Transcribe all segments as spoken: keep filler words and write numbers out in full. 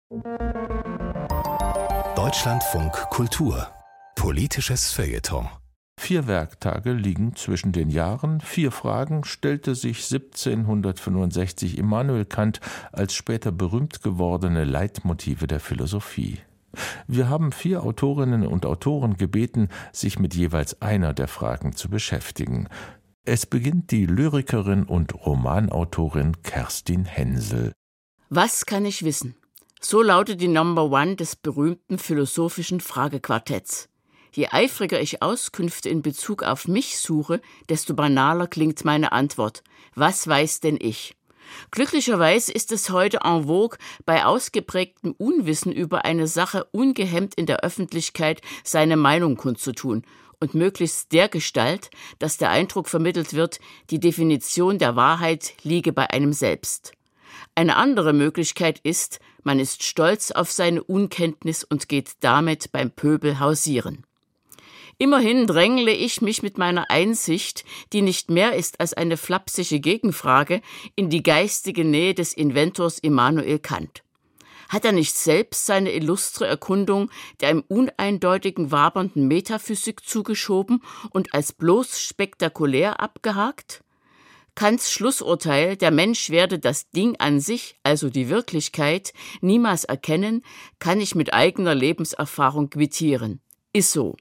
Deutschlandfunk Kultur. Politisches Feuilleton. Vier Werktage liegen zwischen den Jahren. Vier Fragen stellte sich siebzehnhundertfünfundsechzig Immanuel Kant als später berühmt gewordene Leitmotive der Philosophie. Wir haben vier Autorinnen und Autoren gebeten, sich mit jeweils einer der Fragen zu beschäftigen. Es beginnt die Lyrikerin und Romanautorin Kerstin Hensel. Was kann ich wissen? So lautet die Number One des berühmten philosophischen Fragequartetts. Je eifriger ich Auskünfte in Bezug auf mich suche, desto banaler klingt meine Antwort. Was weiß denn ich? Glücklicherweise ist es heute en vogue, bei ausgeprägtem Unwissen über eine Sache ungehemmt in der Öffentlichkeit seine Meinung kundzutun und möglichst dergestalt, dass der Eindruck vermittelt wird, die Definition der Wahrheit liege bei einem selbst. Eine andere Möglichkeit ist, man ist stolz auf seine Unkenntnis und geht damit beim Pöbel hausieren. Immerhin drängle ich mich mit meiner Einsicht, die nicht mehr ist als eine flapsige Gegenfrage, in die geistige Nähe des Inventors Immanuel Kant. Hat er nicht selbst seine illustre Erkundung der im uneindeutigen wabernden Metaphysik zugeschoben und als bloß spektakulär abgehakt? Kants Schlussurteil, der Mensch werde das Ding an sich, also die Wirklichkeit, niemals erkennen, kann ich mit eigener Lebenserfahrung quittieren. Ist so.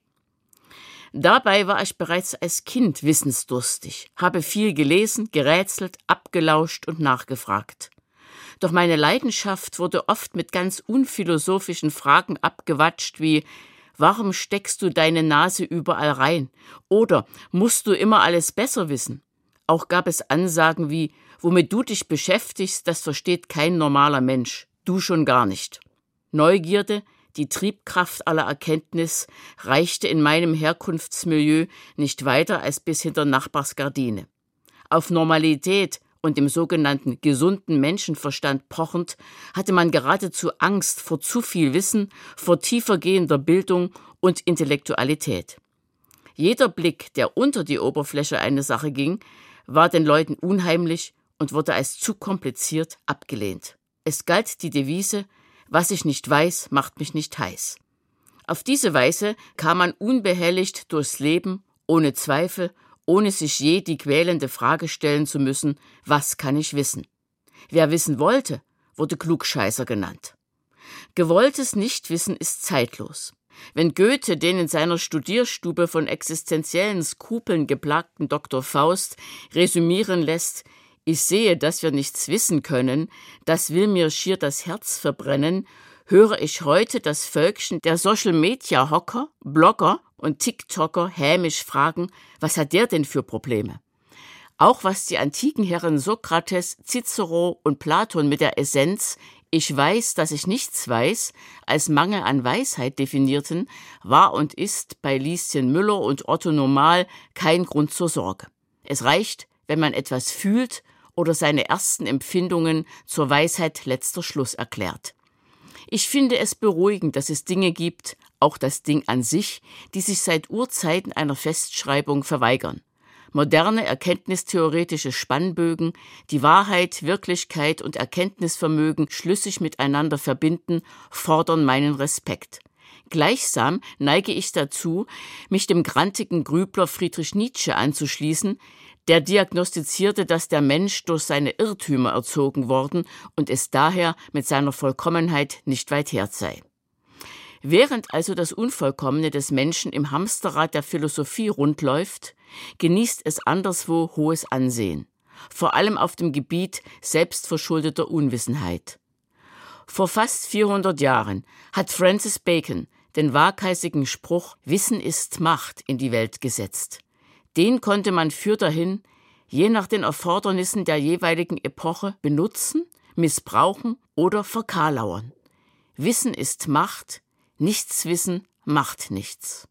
Dabei war ich bereits als Kind wissensdurstig, habe viel gelesen, gerätselt, abgelauscht und nachgefragt. Doch meine Leidenschaft wurde oft mit ganz unphilosophischen Fragen abgewatscht wie: Warum steckst du deine Nase überall rein? Oder musst du immer alles besser wissen? Auch gab es Ansagen wie: Womit du dich beschäftigst, das versteht kein normaler Mensch, du schon gar nicht. Neugierde, die Triebkraft aller Erkenntnis, reichte in meinem Herkunftsmilieu nicht weiter als bis hinter Nachbarsgardine. Auf Normalität und dem sogenannten gesunden Menschenverstand pochend, hatte man geradezu Angst vor zu viel Wissen, vor tiefergehender Bildung und Intellektualität. Jeder Blick, der unter die Oberfläche einer Sache ging, war den Leuten unheimlich und wurde als zu kompliziert abgelehnt. Es galt die Devise: Was ich nicht weiß, macht mich nicht heiß. Auf diese Weise kam man unbehelligt durchs Leben, ohne Zweifel, ohne sich je die quälende Frage stellen zu müssen: Was kann ich wissen? Wer wissen wollte, wurde Klugscheißer genannt. Gewolltes Nichtwissen ist zeitlos. Wenn Goethe den in seiner Studierstube von existenziellen Skrupeln geplagten Doktor Faust resümieren lässt: Ich sehe, dass wir nichts wissen können, das will mir schier das Herz verbrennen, höre ich heute das Völkchen der Social-Media-Hocker, Blogger und TikToker hämisch fragen: Was hat der denn für Probleme? Auch was die antiken Herren Sokrates, Cicero und Platon mit der Essenz „Ich weiß, dass ich nichts weiß“ als Mangel an Weisheit definierten, war und ist bei Lieschen Müller und Otto Normal kein Grund zur Sorge. Es reicht, wenn man etwas fühlt oder seine ersten Empfindungen zur Weisheit letzter Schluss erklärt. Ich finde es beruhigend, dass es Dinge gibt, auch das Ding an sich, die sich seit Urzeiten einer Festschreibung verweigern. Moderne erkenntnistheoretische Spannbögen, die Wahrheit, Wirklichkeit und Erkenntnisvermögen schlüssig miteinander verbinden, fordern meinen Respekt. Gleichsam neige ich dazu, mich dem grantigen Grübler Friedrich Nietzsche anzuschließen, der diagnostizierte, dass der Mensch durch seine Irrtümer erzogen worden und es daher mit seiner Vollkommenheit nicht weit her sei. Während also das Unvollkommene des Menschen im Hamsterrad der Philosophie rundläuft, genießt es anderswo hohes Ansehen, vor allem auf dem Gebiet selbstverschuldeter Unwissenheit. Vor fast vierhundert Jahren hat Francis Bacon den waghalsigen Spruch „Wissen ist Macht“ in die Welt gesetzt. Den konnte man für dahin, je nach den Erfordernissen der jeweiligen Epoche, benutzen, missbrauchen oder verkarlauern. Wissen ist Macht, Nichtswissen macht nichts.